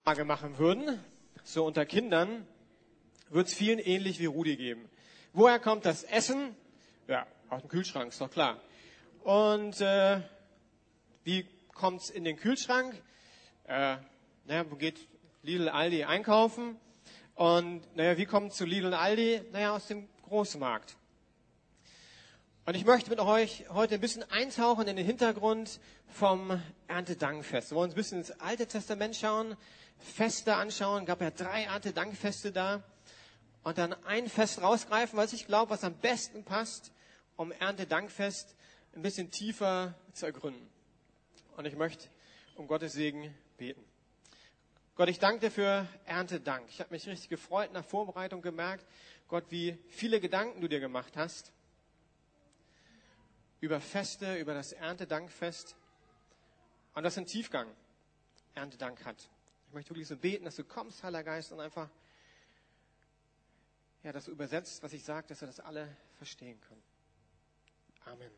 Frage machen würden, so unter Kindern, wird es vielen ähnlich wie Rudi geben. Woher kommt das Essen? Ja, aus dem Kühlschrank, ist doch klar. Und wie kommt es in den Kühlschrank? Wo geht Lidl, Aldi einkaufen? Und wie kommt es zu Lidl und Aldi? Aus dem Großmarkt. Und ich möchte mit euch heute ein bisschen eintauchen in den Hintergrund vom Erntedankfest. Wir wollen uns ein bisschen ins Alte Testament schauen, Feste anschauen. Es gab ja 3 Erntedankfeste da. Und dann ein Fest rausgreifen, was ich glaube, was am besten passt, um Erntedankfest ein bisschen tiefer zu ergründen. Und ich möchte um Gottes Segen beten. Gott, ich danke dir für Erntedank. Ich habe mich richtig gefreut in der Vorbereitung gemerkt, Gott, wie viele Gedanken du dir gemacht hast über Feste, über das Erntedankfest und das einen Tiefgang Erntedank hat. Ich möchte wirklich so beten, dass du kommst, Heiliger Geist, und einfach dass du übersetzt, was ich sage, dass wir das alle verstehen können. Amen.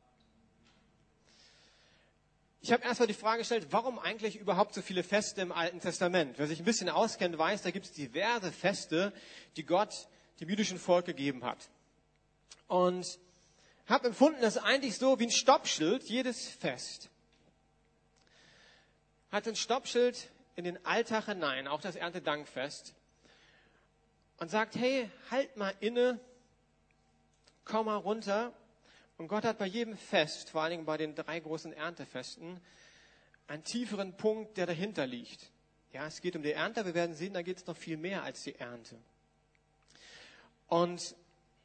Ich habe erstmal die Frage gestellt, warum eigentlich überhaupt so viele Feste im Alten Testament? Wer sich ein bisschen auskennt, weiß, da gibt es diverse Feste, die Gott dem jüdischen Volk gegeben hat. Und habe empfunden, dass eigentlich so wie ein Stoppschild, jedes Fest hat ein Stoppschild in den Alltag hinein, auch das Erntedankfest, und sagt, hey, halt mal inne, komm mal runter. Und Gott hat bei jedem Fest, vor allen Dingen bei den 3 großen Erntefesten, einen tieferen Punkt, der dahinter liegt. Ja, es geht um die Ernte, wir werden sehen, da geht es noch viel mehr als die Ernte. Und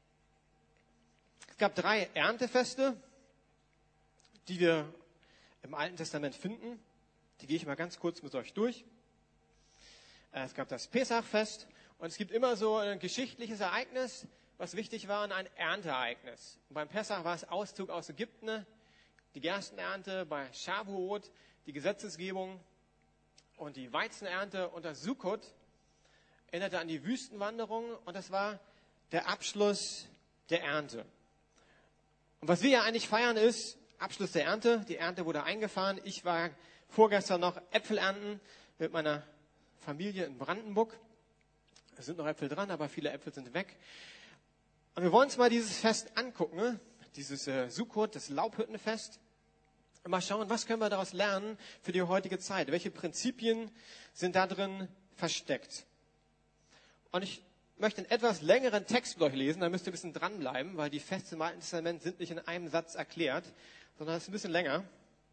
es gab 3 Erntefeste, die wir im Alten Testament finden. Die gehe ich mal ganz kurz mit euch durch. Es gab das Pesachfest und es gibt immer so ein geschichtliches Ereignis, was wichtig war, und ein Ernteereignis. Und beim Pessach war es Auszug aus Ägypten, die Gerstenernte, bei Shavuot die Gesetzesgebung und die Weizenernte, und das Sukkot erinnerte an die Wüstenwanderung, und das war der Abschluss der Ernte. Und was wir ja eigentlich feiern ist Abschluss der Ernte. Die Ernte wurde eingefahren. Ich war vorgestern noch Äpfel ernten mit meiner Familie in Brandenburg. Es sind noch Äpfel dran, aber viele Äpfel sind weg. Und wir wollen uns mal dieses Fest angucken, ne? Dieses Sukkot, das Laubhüttenfest. Und mal schauen, was können wir daraus lernen für die heutige Zeit? Welche Prinzipien sind da drin versteckt? Und ich möchte einen etwas längeren Text mit euch lesen, da müsst ihr ein bisschen dranbleiben, weil die Feste im Alten Testament sind nicht in einem Satz erklärt, sondern es ist ein bisschen länger.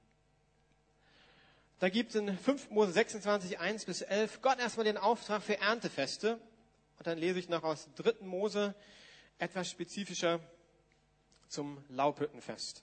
Da gibt es in 5. Mose 26, 1-11 Gott erstmal den Auftrag für Erntefeste. Und dann lese ich noch aus 3. Mose etwas spezifischer zum Laubhüttenfest.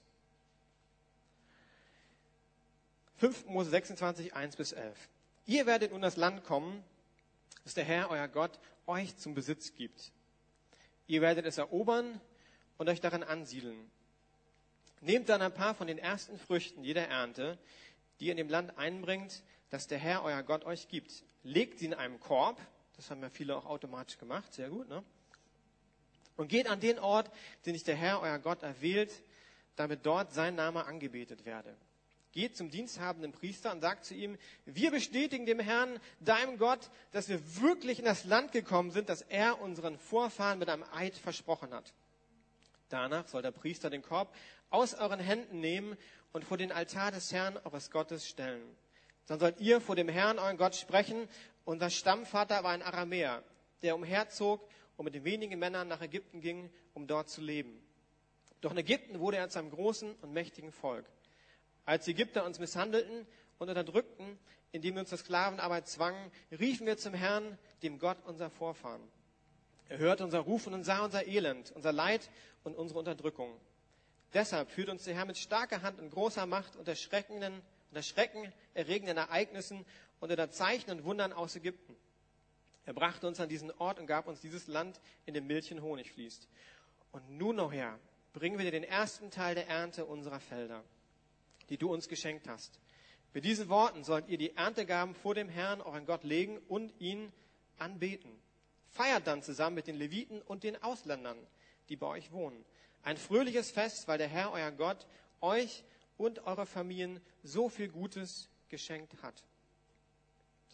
5. Mose 26, 1-11. Ihr werdet in das Land kommen, das der Herr, euer Gott, euch zum Besitz gibt. Ihr werdet es erobern und euch darin ansiedeln. Nehmt dann ein paar von den ersten Früchten jeder Ernte, die ihr in dem Land einbringt, das der Herr, euer Gott, euch gibt. Legt sie in einem Korb, das haben ja viele auch automatisch gemacht, sehr gut, ne? Und geht an den Ort, den sich der Herr, euer Gott, erwählt, damit dort sein Name angebetet werde. Geht zum diensthabenden Priester und sagt zu ihm, wir bestätigen dem Herrn, deinem Gott, dass wir wirklich in das Land gekommen sind, das er unseren Vorfahren mit einem Eid versprochen hat. Danach soll der Priester den Korb aus euren Händen nehmen und vor den Altar des Herrn, eures Gottes, stellen. Dann sollt ihr vor dem Herrn, euren Gott, sprechen. Unser Stammvater war ein Aramäer, der umherzog und mit den wenigen Männern nach Ägypten ging, um dort zu leben. Doch in Ägypten wurde er zu einem großen und mächtigen Volk. Als die Ägypter uns misshandelten und unterdrückten, indem wir uns zur Sklavenarbeit zwangen, riefen wir zum Herrn, dem Gott unserer Vorfahren. Er hörte unser Rufen und sah unser Elend, unser Leid und unsere Unterdrückung. Deshalb führt uns der Herr mit starker Hand und großer Macht unter schreckenerregenden Ereignissen und unter Zeichen und Wundern aus Ägypten. Er brachte uns an diesen Ort und gab uns dieses Land, in dem Milch und Honig fließt. Und nun, o Herr, bringen wir dir den ersten Teil der Ernte unserer Felder, die du uns geschenkt hast. Mit diesen Worten sollt ihr die Erntegaben vor dem Herrn, euren Gott, legen und ihn anbeten. Feiert dann zusammen mit den Leviten und den Ausländern, die bei euch wohnen. Ein fröhliches Fest, weil der Herr, euer Gott, euch und eure Familien so viel Gutes geschenkt hat.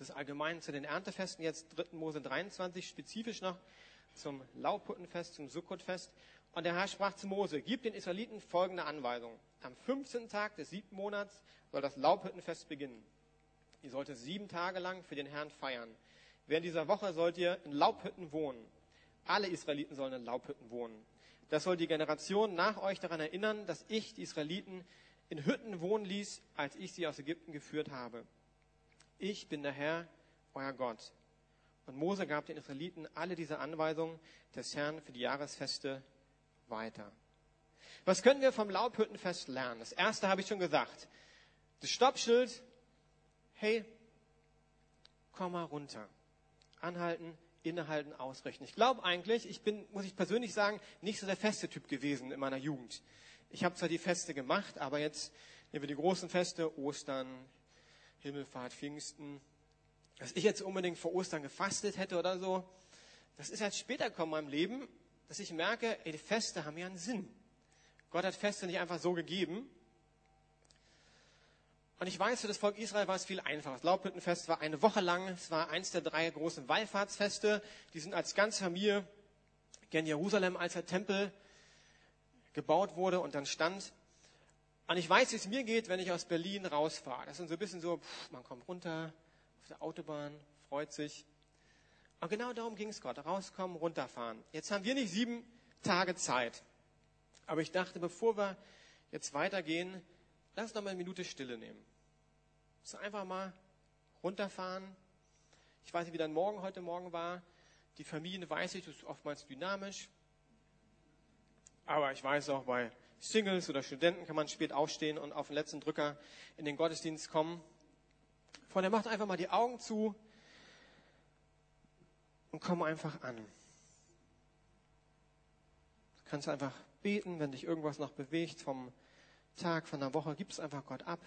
Das ist allgemein zu den Erntefesten, jetzt 3. Mose 23, spezifisch noch zum Laubhüttenfest, zum Sukkotfest. Und der Herr sprach zu Mose, gib den Israeliten folgende Anweisung. Am 15. Tag des 7. Monats soll das Laubhüttenfest beginnen. Ihr sollt es 7 Tage lang für den Herrn feiern. Während dieser Woche sollt ihr in Laubhütten wohnen. Alle Israeliten sollen in Laubhütten wohnen. Das soll die Generation nach euch daran erinnern, dass ich die Israeliten in Hütten wohnen ließ, als ich sie aus Ägypten geführt habe. Ich bin der Herr, euer Gott. Und Mose gab den Israeliten alle diese Anweisungen des Herrn für die Jahresfeste weiter. Was können wir vom Laubhüttenfest lernen? Das erste habe ich schon gesagt. Das Stoppschild, hey, komm mal runter. Anhalten, innehalten, ausrichten. Ich glaube eigentlich, ich bin, muss ich persönlich sagen, nicht so der Feste-Typ gewesen in meiner Jugend. Ich habe zwar die Feste gemacht, aber jetzt nehmen wir die großen Feste, Ostern, Himmelfahrt, Pfingsten. Dass ich jetzt unbedingt vor Ostern gefastet hätte oder so, das ist jetzt später gekommen in meinem Leben, dass ich merke, ey, die Feste haben ja einen Sinn. Gott hat Feste nicht einfach so gegeben. Und ich weiß, für das Volk Israel war es viel einfacher. Das Laubhüttenfest war eine Woche lang. Es war eins der 3 großen Wallfahrtsfeste. Die sind als ganze Familie gen Jerusalem, als der Tempel gebaut wurde und dann stand. Und ich weiß, wie es mir geht, wenn ich aus Berlin rausfahre. Das ist so ein bisschen so, man kommt runter auf der Autobahn, freut sich. Und genau darum ging es Gott. Rauskommen, runterfahren. Jetzt haben wir nicht 7 Tage Zeit. Aber ich dachte, bevor wir jetzt weitergehen, lass uns noch mal eine Minute Stille nehmen. So einfach mal runterfahren. Ich weiß nicht, wie dein Morgen heute Morgen war. Die Familien, weiß ich, das ist oftmals dynamisch. Aber ich weiß auch, bei Singles oder Studenten kann man spät aufstehen und auf den letzten Drücker in den Gottesdienst kommen. Von der macht einfach mal die Augen zu und komm einfach an. Du kannst einfach beten, wenn dich irgendwas noch bewegt vom Tag, von der Woche, gib es einfach Gott ab.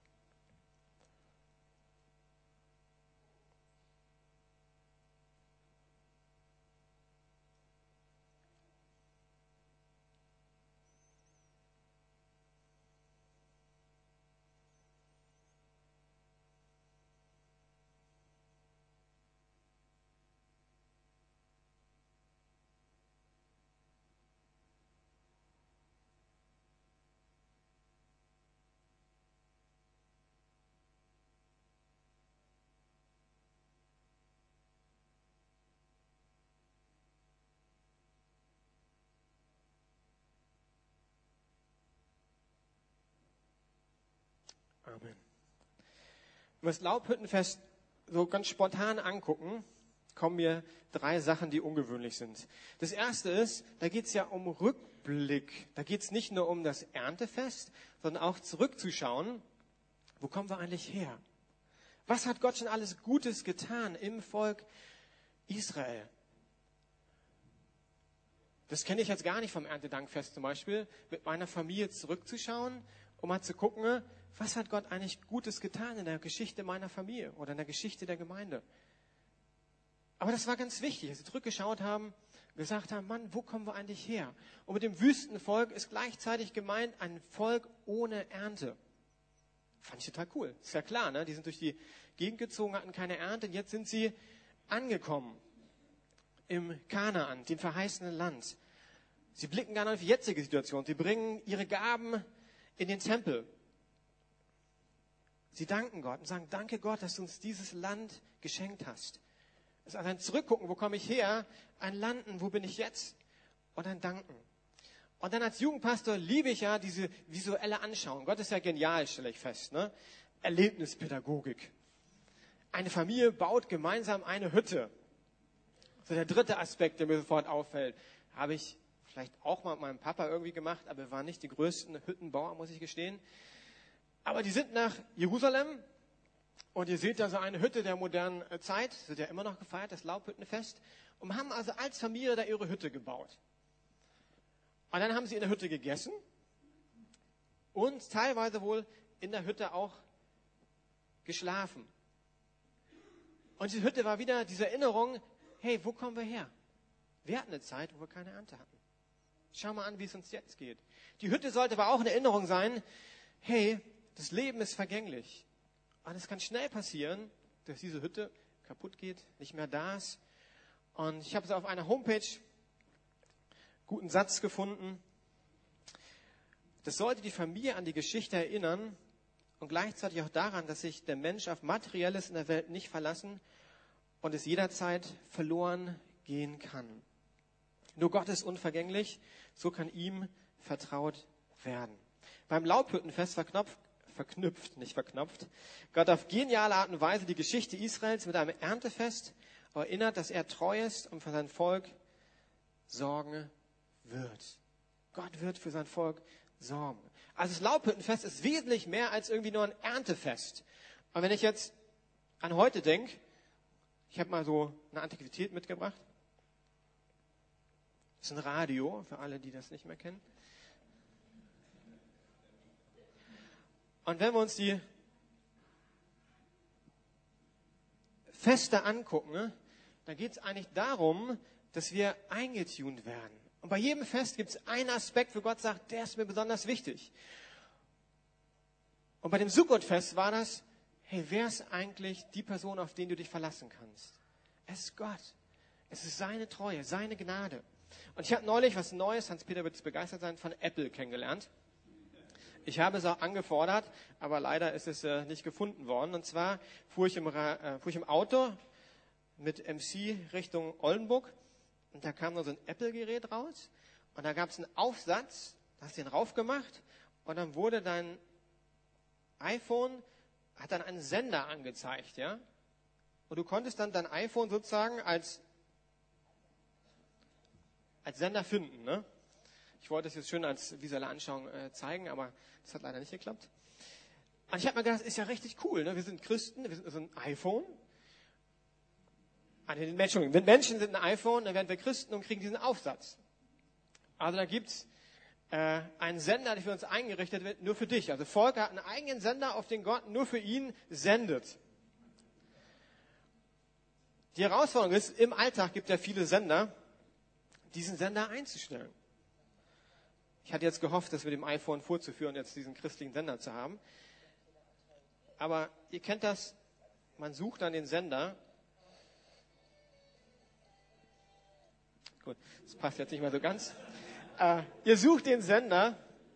Amen. Wenn wir das Laubhüttenfest so ganz spontan angucken, kommen mir 3 Sachen, die ungewöhnlich sind. Das erste ist, da geht es ja um Rückblick. Da geht es nicht nur um das Erntefest, sondern auch zurückzuschauen, wo kommen wir eigentlich her? Was hat Gott schon alles Gutes getan im Volk Israel? Das kenne ich jetzt gar nicht vom Erntedankfest zum Beispiel, mit meiner Familie zurückzuschauen, um mal zu gucken, was hat Gott eigentlich Gutes getan in der Geschichte meiner Familie oder in der Geschichte der Gemeinde. Aber das war ganz wichtig, dass sie zurückgeschaut haben, gesagt haben, Mann, wo kommen wir eigentlich her? Und mit dem Wüstenvolk ist gleichzeitig gemeint ein Volk ohne Ernte. Fand ich total cool. Ist ja klar, ne? Die sind durch die Gegend gezogen, hatten keine Ernte und jetzt sind sie angekommen im Kanaan, dem verheißenen Land. Sie blicken gar nicht auf die jetzige Situation. Sie bringen ihre Gaben in den Tempel. Sie danken Gott und sagen, danke Gott, dass du uns dieses Land geschenkt hast. Es ist also ein Zurückgucken, wo komme ich her? Ein Landen, wo bin ich jetzt? Und ein Danken. Und dann als Jugendpastor liebe ich ja diese visuelle Anschauung. Gott ist ja genial, stelle ich fest. Ne? Erlebnispädagogik. Eine Familie baut gemeinsam eine Hütte. So der dritte Aspekt, der mir sofort auffällt. Habe ich vielleicht auch mal mit meinem Papa irgendwie gemacht, aber wir waren nicht die größten Hüttenbauer, muss ich gestehen. Aber die sind nach Jerusalem und ihr seht da so eine Hütte der modernen Zeit, das wird ja immer noch gefeiert, das Laubhüttenfest, und haben also als Familie da ihre Hütte gebaut. Und dann haben sie in der Hütte gegessen und teilweise wohl in der Hütte auch geschlafen. Und diese Hütte war wieder diese Erinnerung, hey, wo kommen wir her? Wir hatten eine Zeit, wo wir keine Ernte hatten. Schau mal an, wie es uns jetzt geht. Die Hütte sollte aber auch eine Erinnerung sein, hey, das Leben ist vergänglich. Und es kann schnell passieren, dass diese Hütte kaputt geht, nicht mehr da ist. Und ich habe so auf einer Homepage einen guten Satz gefunden. Das sollte die Familie an die Geschichte erinnern und gleichzeitig auch daran, dass sich der Mensch auf Materielles in der Welt nicht verlassen und es jederzeit verloren gehen kann. Nur Gott ist unvergänglich, so kann ihm vertraut werden. Beim Laubhüttenfest verknüpft Gott auf geniale Art und Weise die Geschichte Israels mit einem Erntefest, erinnert, dass er treu ist und für sein Volk sorgen wird. Gott wird für sein Volk sorgen. Also das Laubhüttenfest ist wesentlich mehr als irgendwie nur ein Erntefest. Und wenn ich jetzt an heute denke, ich habe mal so eine Antiquität mitgebracht. Das ist ein Radio, für alle, die das nicht mehr kennen. Und wenn wir uns die Feste angucken, ne, dann geht es eigentlich darum, dass wir eingetunt werden. Und bei jedem Fest gibt es einen Aspekt, wo Gott sagt, der ist mir besonders wichtig. Und bei dem Sukkot-Fest war das, hey, wer ist eigentlich die Person, auf den du dich verlassen kannst? Es ist Gott. Es ist seine Treue, seine Gnade. Und ich habe neulich was Neues, Hans-Peter wird begeistert sein, von Apple kennengelernt. Ich habe es auch angefordert, aber leider ist es nicht gefunden worden. Und zwar fuhr ich im Auto mit MC Richtung Oldenburg und da kam noch so ein Apple-Gerät raus und da gab es einen Aufsatz, da hast du den raufgemacht und dann wurde dein iPhone, hat dann einen Sender angezeigt, ja? Und du konntest dann dein iPhone sozusagen als Sender finden, ne? Ich wollte es jetzt schön als visuelle Anschauung zeigen, aber das hat leider nicht geklappt. Und ich habe mir gedacht, das ist ja richtig cool, ne? Wir sind Christen, wir sind so ein iPhone. Wenn Menschen sind ein iPhone, dann werden wir Christen und kriegen diesen Aufsatz. Also da gibt's einen Sender, der für uns eingerichtet wird, nur für dich. Also Volker hat einen eigenen Sender, auf den Gott nur für ihn sendet. Die Herausforderung ist, im Alltag gibt es ja viele Sender, diesen Sender einzustellen. Ich hatte jetzt gehofft, das mit dem iPhone vorzuführen, jetzt diesen christlichen Sender zu haben. Aber ihr kennt das, man sucht dann den Sender. Gut, das passt jetzt nicht mehr so ganz. Ihr sucht den Sender.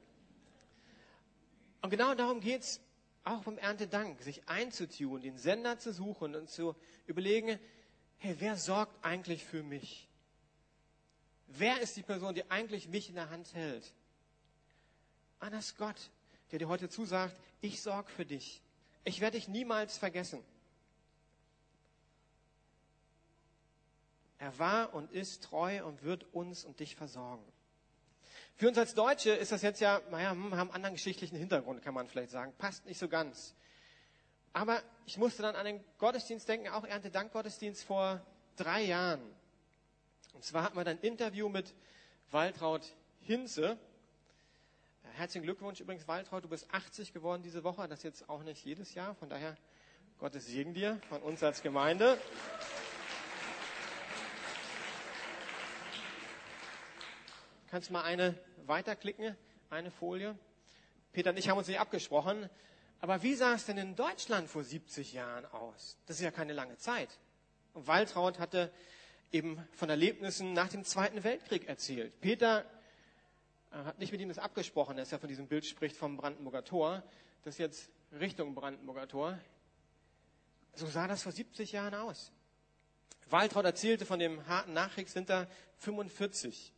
Und genau darum geht's auch beim Erntedank, sich einzutun, den Sender zu suchen und zu überlegen, hey, wer sorgt eigentlich für mich? Wer ist die Person, die eigentlich mich in der Hand hält? Und das ist Gott, der dir heute zusagt, ich sorge für dich. Ich werde dich niemals vergessen. Er war und ist treu und wird uns und dich versorgen. Für uns als Deutsche ist das jetzt ja, haben einen anderen geschichtlichen Hintergrund, kann man vielleicht sagen. Passt nicht so ganz. Aber ich musste dann an den Gottesdienst denken, auch Erntedankgottesdienst vor 3 Jahren. Und zwar hatten wir dann ein Interview mit Waltraud Hinze. Herzlichen Glückwunsch übrigens, Waltraud, du bist 80 geworden diese Woche. Das jetzt auch nicht jedes Jahr. Von daher, Gottes Segen dir von uns als Gemeinde. Kannst du mal eine weiterklicken, eine Folie? Peter und ich haben uns nicht abgesprochen. Aber wie sah es denn in Deutschland vor 70 Jahren aus? Das ist ja keine lange Zeit. Und Waltraud hatte eben von Erlebnissen nach dem Zweiten Weltkrieg erzählt. Peter hat nicht mit ihm das abgesprochen, dass er von diesem Bild spricht vom Brandenburger Tor. Das ist jetzt Richtung Brandenburger Tor. So sah das vor 70 Jahren aus. Waltraud erzählte von dem harten Nachkriegswinter 45.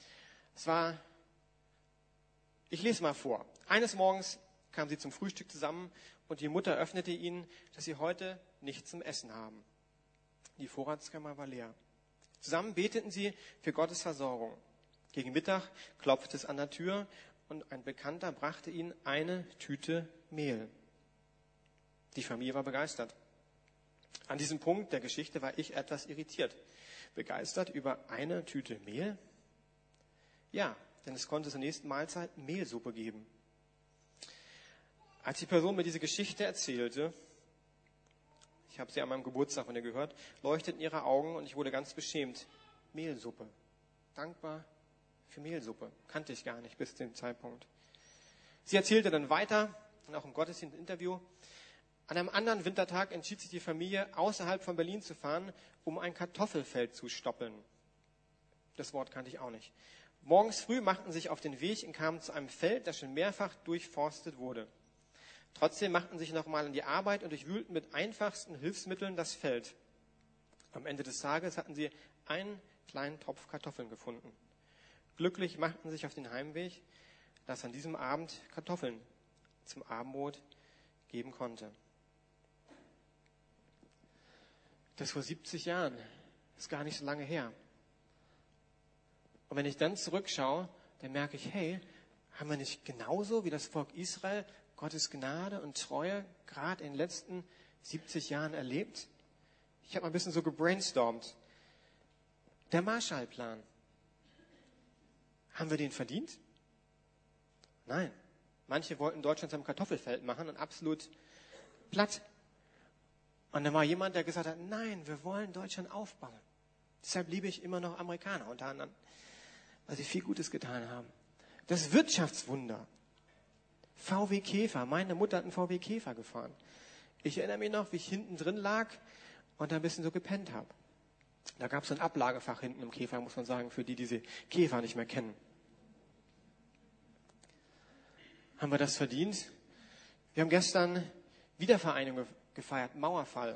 Ich lese mal vor. Eines Morgens kamen sie zum Frühstück zusammen und die Mutter öffnete ihnen, dass sie heute nichts zum Essen haben. Die Vorratskammer war leer. Zusammen beteten sie für Gottes Versorgung. Gegen Mittag klopfte es an der Tür und ein Bekannter brachte ihnen eine Tüte Mehl. Die Familie war begeistert. An diesem Punkt der Geschichte war ich etwas irritiert. Begeistert über eine Tüte Mehl? Ja, denn es konnte zur nächsten Mahlzeit Mehlsuppe geben. Als die Person mir diese Geschichte erzählte, ich habe sie an meinem Geburtstag von ihr gehört, leuchteten ihre Augen und ich wurde ganz beschämt. Mehlsuppe. Dankbar für Mehlsuppe. Kannte ich gar nicht bis zu dem Zeitpunkt. Sie erzählte dann weiter, und auch im Gottesdienstinterview. An einem anderen Wintertag entschied sich die Familie, außerhalb von Berlin zu fahren, um ein Kartoffelfeld zu stoppeln. Das Wort kannte ich auch nicht. Morgens früh machten sie sich auf den Weg und kamen zu einem Feld, das schon mehrfach durchforstet wurde. Trotzdem machten sie sich nochmal an die Arbeit und durchwühlten mit einfachsten Hilfsmitteln das Feld. Am Ende des Tages hatten sie einen kleinen Topf Kartoffeln gefunden. Glücklich machten sie sich auf den Heimweg, dass an diesem Abend Kartoffeln zum Abendbrot geben konnte. Das vor 70 Jahren, das ist gar nicht so lange her. Und wenn ich dann zurückschaue, dann merke ich, hey, haben wir nicht genauso wie das Volk Israel Gottes Gnade und Treue gerade in den letzten 70 Jahren erlebt? Ich habe mal ein bisschen so gebrainstormt. Der Marshallplan. Haben wir den verdient? Nein. Manche wollten Deutschland zum Kartoffelfeld machen und absolut platt. Und dann war jemand, der gesagt hat, nein, wir wollen Deutschland aufbauen. Deshalb liebe ich immer noch Amerikaner unter anderem, weil sie viel Gutes getan haben. Das Wirtschaftswunder. VW Käfer. Meine Mutter hat einen VW Käfer gefahren. Ich erinnere mich noch, wie ich hinten drin lag und da ein bisschen so gepennt habe. Da gab es ein Ablagefach hinten im Käfer, muss man sagen, für die diese Käfer nicht mehr kennen. Haben wir das verdient? Wir haben gestern Wiedervereinigung gefeiert, Mauerfall.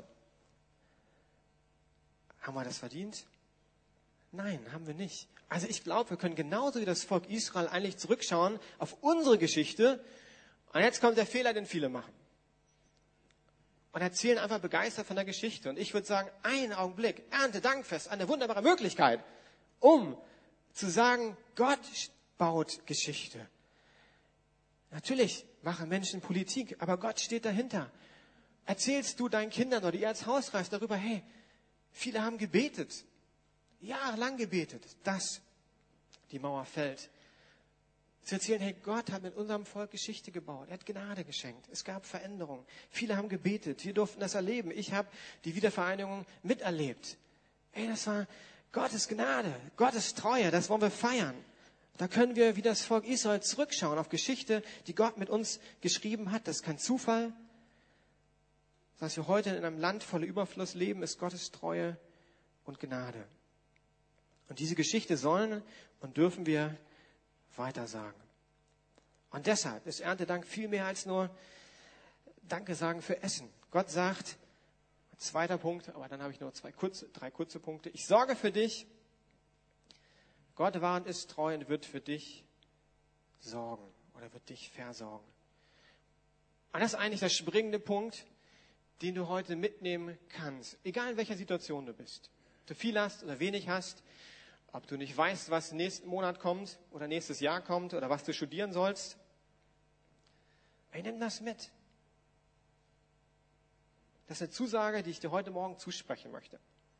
Haben wir das verdient? Nein, haben wir nicht. Also ich glaube, wir können genauso wie das Volk Israel eigentlich zurückschauen auf unsere Geschichte. Und jetzt kommt der Fehler, den viele machen. Und erzählen einfach begeistert von der Geschichte. Und ich würde sagen, einen Augenblick, Erntedankfest, eine wunderbare Möglichkeit, um zu sagen, Gott baut Geschichte. Natürlich machen Menschen Politik, aber Gott steht dahinter. Erzählst du deinen Kindern oder ihr als Hausreis darüber, hey, viele haben gebetet, jahrelang gebetet, dass die Mauer fällt. Sie erzählen, hey, Gott hat mit unserem Volk Geschichte gebaut. Er hat Gnade geschenkt. Es gab Veränderungen. Viele haben gebetet. Wir durften das erleben. Ich habe die Wiedervereinigung miterlebt. Hey, das war Gottes Gnade, Gottes Treue. Das wollen wir feiern. Da können wir wie das Volk Israel zurückschauen auf Geschichte, die Gott mit uns geschrieben hat. Das ist kein Zufall. Dass wir heute in einem Land voller Überfluss leben, ist Gottes Treue und Gnade. Und diese Geschichte sollen und dürfen wir weitersagen. Und deshalb ist Erntedank viel mehr als nur Danke sagen für Essen. Gott sagt, zweiter Punkt, aber dann habe ich nur drei kurze Punkte. Ich sorge für dich. Gott war und ist treu und wird für dich sorgen oder wird dich versorgen. Und das ist eigentlich der springende Punkt, den du heute mitnehmen kannst. Egal in welcher Situation du bist. Ob du viel hast oder wenig hast. Ob du nicht weißt, was nächsten Monat kommt oder nächstes Jahr kommt oder was du studieren sollst. Nimm das mit. Das ist eine Zusage, die ich dir heute Morgen zusprechen möchte.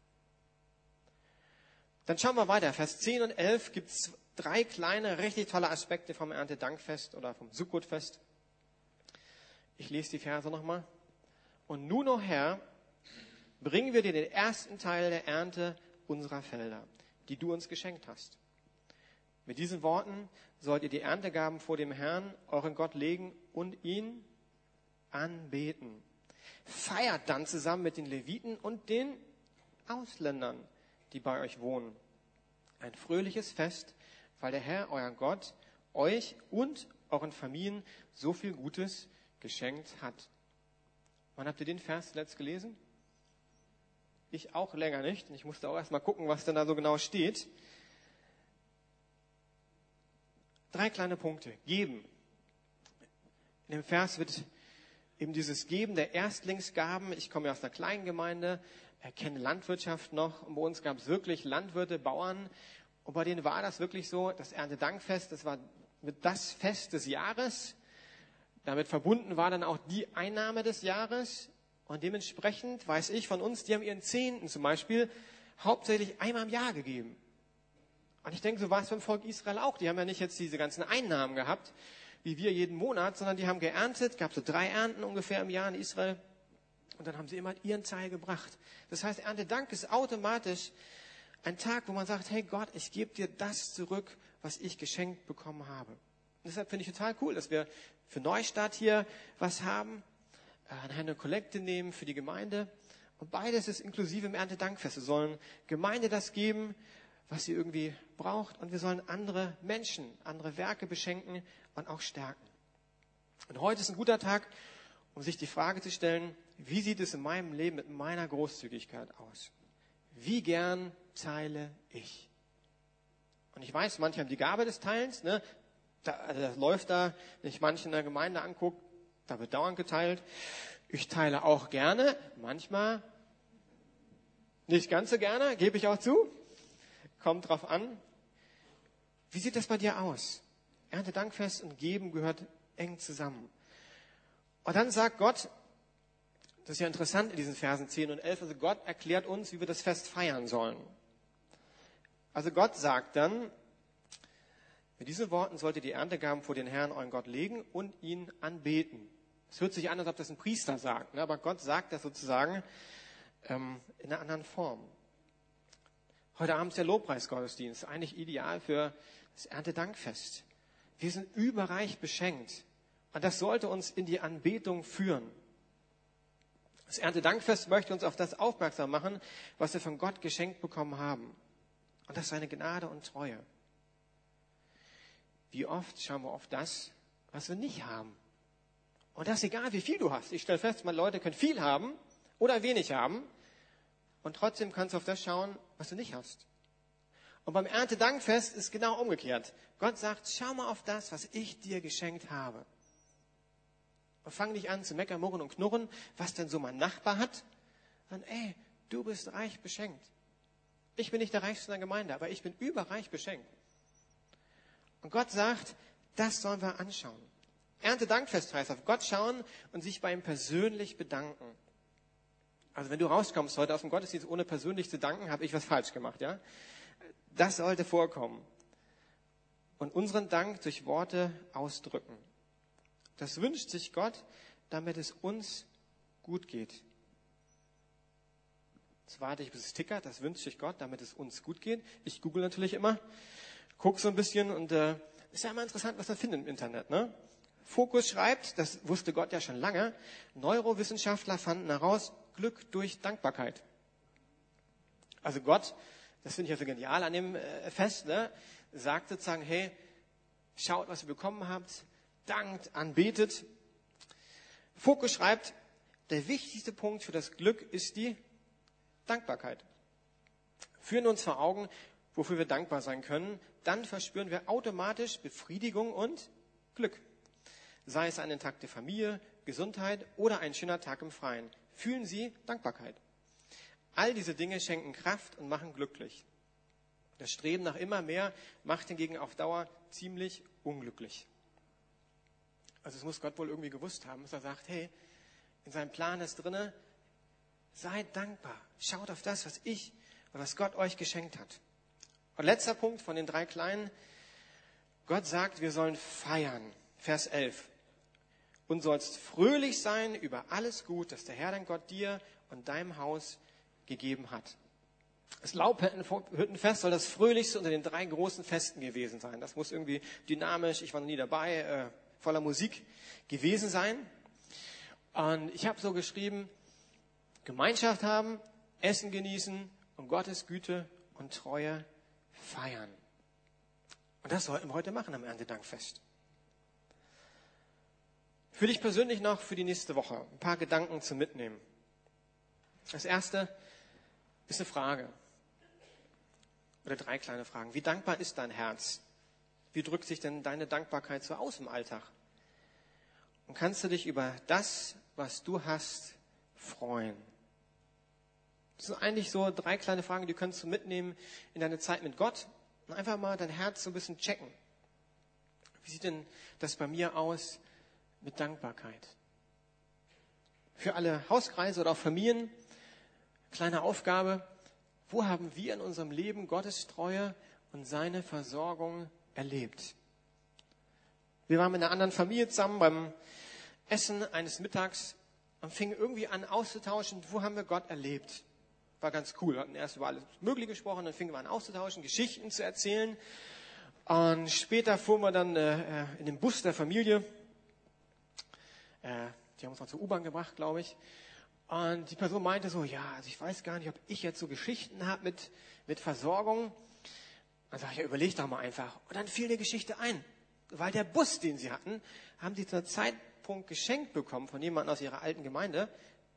Dann schauen wir weiter. Vers 10 und 11 gibt es 3 kleine, richtig tolle Aspekte vom Erntedankfest oder vom Sukkotfest. Ich lese die Verse nochmal. Und nun, o Herr, bringen wir dir den ersten Teil der Ernte unserer Felder, die du uns geschenkt hast. Mit diesen Worten sollt ihr die Erntegaben vor dem Herrn, euren Gott, legen und ihn anbeten. Feiert dann zusammen mit den Leviten und den Ausländern, die bei euch wohnen, ein fröhliches Fest, weil der Herr, euer Gott, euch und euren Familien so viel Gutes geschenkt hat. Wann habt ihr den Vers zuletzt gelesen? Ich auch länger nicht. Ich musste auch erst mal gucken, was denn da so genau steht. 3 kleine Punkte. Geben. In dem Vers wird eben dieses Geben der Erstlingsgaben. Ich komme ja aus einer kleinen Gemeinde, kenne Landwirtschaft noch. Und bei uns gab es wirklich Landwirte, Bauern. Und bei denen war das wirklich so, das Erntedankfest, das war das Fest des Jahres. Damit verbunden war dann auch die Einnahme des Jahres. Und dementsprechend weiß ich von uns, die haben ihren Zehnten zum Beispiel hauptsächlich einmal im Jahr gegeben. Und ich denke, so war es beim Volk Israel auch. Die haben ja nicht jetzt diese ganzen Einnahmen gehabt, wie wir jeden Monat, sondern die haben geerntet. Gab so 3 Ernten ungefähr im Jahr in Israel. Und dann haben sie immer ihren Teil gebracht. Das heißt, Erntedank ist automatisch ein Tag, wo man sagt, hey Gott, ich gebe dir das zurück, was ich geschenkt bekommen habe. Und deshalb finde ich total cool, dass wir für Neustadt hier was haben. nachher eine Kollekte nehmen für die Gemeinde. Und beides ist inklusive im Erntedankfest. Wir sollen Gemeinde das geben, was sie irgendwie braucht. Und wir sollen andere Menschen, andere Werke beschenken und auch stärken. Und heute ist ein guter Tag, um sich die Frage zu stellen, wie sieht es in meinem Leben mit meiner Großzügigkeit aus? Wie gern teile ich? Und ich weiß, manche haben die Gabe des Teilens. Ne? Das läuft da, wenn ich manche in der Gemeinde angucke, da wird dauernd geteilt. Ich teile auch gerne, manchmal nicht ganz so gerne, gebe ich auch zu. Kommt drauf an. Wie sieht das bei dir aus? Erntedankfest und Geben gehört eng zusammen. Und dann sagt Gott, das ist ja interessant in diesen Versen 10 und 11, also Gott erklärt uns, wie wir das Fest feiern sollen. Also Gott sagt dann, mit diesen Worten sollt ihr die Erntegaben vor den Herrn, euren Gott, legen und ihn anbeten. Es hört sich an, als ob das ein Priester sagt, ne? Aber Gott sagt das sozusagen in einer anderen Form. Heute Abend ist der Lobpreisgottesdienst, eigentlich ideal für das Erntedankfest. Wir sind überreich beschenkt und das sollte uns in die Anbetung führen. Das Erntedankfest möchte uns auf das aufmerksam machen, was wir von Gott geschenkt bekommen haben. Und das ist seine Gnade und Treue. Wie oft schauen wir auf das, was wir nicht haben? Und das ist egal, wie viel du hast. Ich stelle fest, meine Leute können viel haben oder wenig haben. Und trotzdem kannst du auf das schauen, was du nicht hast. Und beim Erntedankfest ist genau umgekehrt. Gott sagt, schau mal auf das, was ich dir geschenkt habe. Und fang nicht an zu meckern, murren und knurren, was denn so mein Nachbar hat. Sondern, du bist reich beschenkt. Ich bin nicht der Reichste in der Gemeinde, aber ich bin überreich beschenkt. Und Gott sagt, das sollen wir anschauen. Erntedankfest heißt auf Gott schauen und sich bei ihm persönlich bedanken. Also wenn du rauskommst heute aus dem Gottesdienst, ohne persönlich zu danken, habe ich was falsch gemacht, ja? Das sollte vorkommen. Und unseren Dank durch Worte ausdrücken. Das wünscht sich Gott, damit es uns gut geht. Jetzt warte ich, bis es tickert. Das wünscht sich Gott, damit es uns gut geht. Ich google natürlich immer, gucke so ein bisschen und ist ja immer interessant, was man findet im Internet. Ne? Fokus schreibt, das wusste Gott ja schon lange, Neurowissenschaftler fanden heraus, Glück durch Dankbarkeit. Also Gott, das finde ich ja so genial an dem Fest, ne? Sagt sozusagen, hey, schaut, was ihr bekommen habt, dankt, anbetet. Fokus schreibt, der wichtigste Punkt für das Glück ist die Dankbarkeit. Führen uns vor Augen, wofür wir dankbar sein können, dann verspüren wir automatisch Befriedigung und Glück. Sei es eine intakte Familie, Gesundheit oder ein schöner Tag im Freien. Fühlen Sie Dankbarkeit. All diese Dinge schenken Kraft und machen glücklich. Das Streben nach immer mehr macht hingegen auf Dauer ziemlich unglücklich. Also es muss Gott wohl irgendwie gewusst haben, dass er sagt, hey, in seinem Plan ist drinne, seid dankbar. Schaut auf das, was ich und was Gott euch geschenkt hat. Und letzter Punkt von den 3 Kleinen. Gott sagt, wir sollen feiern. Vers 11. Und sollst fröhlich sein über alles Gut, das der Herr, dein Gott, dir und deinem Haus gegeben hat. Das Laubhüttenfest soll das fröhlichste unter den 3 großen Festen gewesen sein. Das muss irgendwie dynamisch, ich war noch nie dabei, voller Musik gewesen sein. Und ich habe so geschrieben, Gemeinschaft haben, Essen genießen und Gottes Güte und Treue feiern. Und das sollten wir heute machen am Erntedankfest. Für dich persönlich noch für die nächste Woche ein paar Gedanken zum Mitnehmen. Das erste ist eine Frage. Oder 3 kleine Fragen. Wie dankbar ist dein Herz? Wie drückt sich denn deine Dankbarkeit so aus im Alltag? Und kannst du dich über das, was du hast, freuen? Das sind eigentlich so 3 kleine Fragen, die kannst du mitnehmen in deine Zeit mit Gott und einfach mal dein Herz so ein bisschen checken. Wie sieht denn das bei mir aus mit Dankbarkeit? Für alle Hauskreise oder auch Familien, kleine Aufgabe, wo haben wir in unserem Leben Gottes Treue und seine Versorgung erlebt? Wir waren mit einer anderen Familie zusammen beim Essen eines Mittags und fingen irgendwie an auszutauschen, wo haben wir Gott erlebt. War ganz cool. Wir hatten erst über alles Mögliche gesprochen, dann fingen wir an auszutauschen, Geschichten zu erzählen. Und später fuhren wir dann in den Bus der Familie Die haben uns mal zur U-Bahn gebracht, glaube ich. Und die Person meinte so, ja, also ich weiß gar nicht, ob ich jetzt so Geschichten habe mit Versorgung. Dann sage ich, ja, überleg doch mal einfach. Und dann fiel eine Geschichte ein. Weil der Bus, den sie hatten, haben sie zu einem Zeitpunkt geschenkt bekommen von jemandem aus ihrer alten Gemeinde,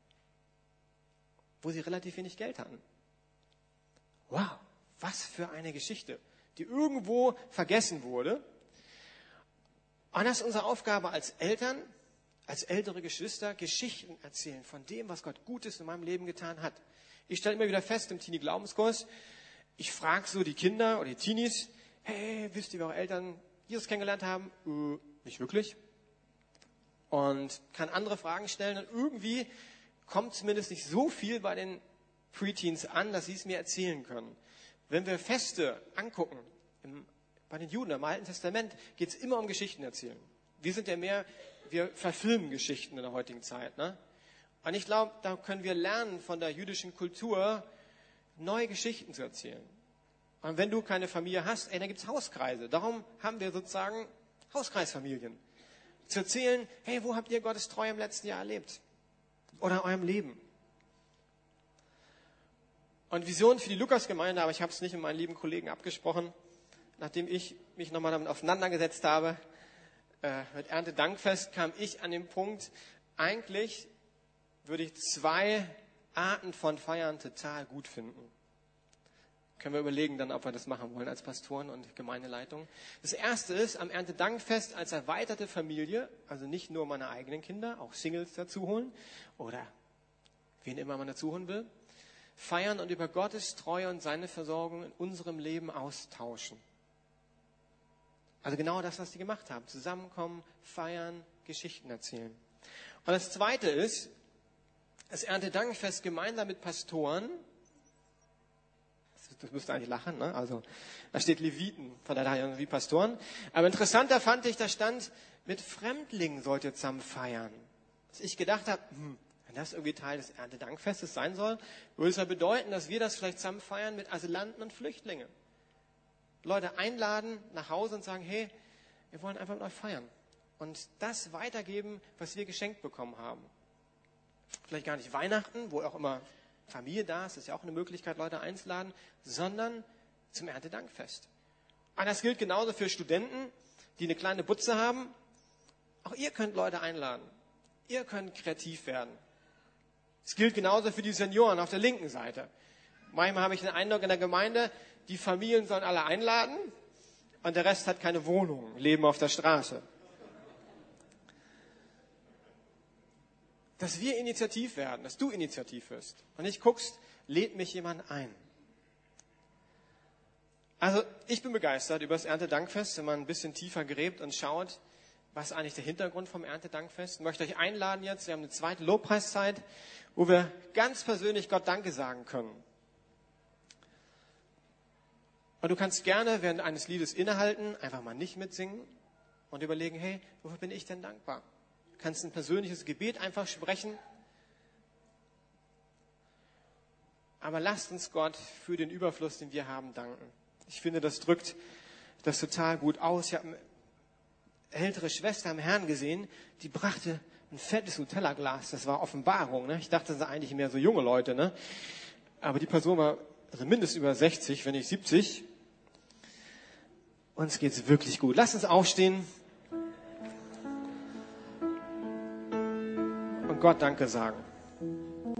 wo sie relativ wenig Geld hatten. Wow, was für eine Geschichte, die irgendwo vergessen wurde. Und das ist unsere Aufgabe als Eltern, als ältere Geschwister, Geschichten erzählen von dem, was Gott Gutes in meinem Leben getan hat. Ich stelle immer wieder fest im Teenie-Glaubenskurs, ich frage so die Kinder oder die Teenies, hey, wisst ihr, wie eure Eltern Jesus kennengelernt haben? Nicht wirklich. Und kann andere Fragen stellen und irgendwie kommt zumindest nicht so viel bei den Preteens an, dass sie es mir erzählen können. Wenn wir Feste angucken, bei den Juden im Alten Testament geht es immer um Geschichten erzählen. Wir sind ja mehr, wir verfilmen Geschichten in der heutigen Zeit. Ne? Und ich glaube, da können wir lernen von der jüdischen Kultur, neue Geschichten zu erzählen. Und wenn du keine Familie hast, dann gibt es Hauskreise. Darum haben wir sozusagen Hauskreisfamilien. Zu erzählen, hey, wo habt ihr Gottes Treue im letzten Jahr erlebt? Oder in eurem Leben? Und Vision für die Lukasgemeinde, aber ich habe es nicht mit meinen lieben Kollegen abgesprochen, nachdem ich mich nochmal damit auseinandergesetzt habe, mit Erntedankfest kam ich an den Punkt, eigentlich würde ich 2 Arten von Feiern total gut finden. Können wir überlegen dann, ob wir das machen wollen als Pastoren und Gemeindeleitung. Das erste ist, am Erntedankfest als erweiterte Familie, also nicht nur meine eigenen Kinder, auch Singles dazu holen oder wen immer man dazu holen will, feiern und über Gottes Treue und seine Versorgung in unserem Leben austauschen. Also genau das, was die gemacht haben. Zusammenkommen, feiern, Geschichten erzählen. Und das zweite ist, das Erntedankfest gemeinsam mit Pastoren. Das müsst ihr eigentlich lachen, ne? Also, da steht Leviten, von daher wie Pastoren. Aber interessanter fand ich, da stand, mit Fremdlingen sollt ihr zusammen feiern. Dass ich gedacht habe, wenn das irgendwie Teil des Erntedankfestes sein soll, würde es ja bedeuten, dass wir das vielleicht zusammen feiern mit Asylanten und Flüchtlingen. Leute einladen nach Hause und sagen, hey, wir wollen einfach mit euch feiern. Und das weitergeben, was wir geschenkt bekommen haben. Vielleicht gar nicht Weihnachten, wo auch immer Familie da ist, ist ja auch eine Möglichkeit, Leute einzuladen, sondern zum Erntedankfest. Und das gilt genauso für Studenten, die eine kleine Butze haben. Auch ihr könnt Leute einladen. Ihr könnt kreativ werden. Es gilt genauso für die Senioren auf der linken Seite. Manchmal habe ich den Eindruck in der Gemeinde, die Familien sollen alle einladen und der Rest hat keine Wohnung, leben auf der Straße. Dass wir initiativ werden, dass du initiativ wirst und nicht guckst, lädt mich jemand ein. Also ich bin begeistert über das Erntedankfest, wenn man ein bisschen tiefer gräbt und schaut, was ist eigentlich der Hintergrund vom Erntedankfest. Ich möchte euch einladen jetzt, wir haben eine zweite Lobpreiszeit, wo wir ganz persönlich Gott Danke sagen können. Und du kannst gerne während eines Liedes innehalten, einfach mal nicht mitsingen und überlegen, hey, wofür bin ich denn dankbar? Du kannst ein persönliches Gebet einfach sprechen. Aber lasst uns Gott für den Überfluss, den wir haben, danken. Ich finde, das drückt das total gut aus. Ich habe eine ältere Schwester im Herrn gesehen, die brachte ein fettes Nutella-Glas. Das war Offenbarung. Ne? Ich dachte, das sind eigentlich mehr so junge Leute. Ne? Aber die Person war also mindestens über 60, wenn nicht 70. Uns geht's wirklich gut. Lasst uns aufstehen und Gott Danke sagen.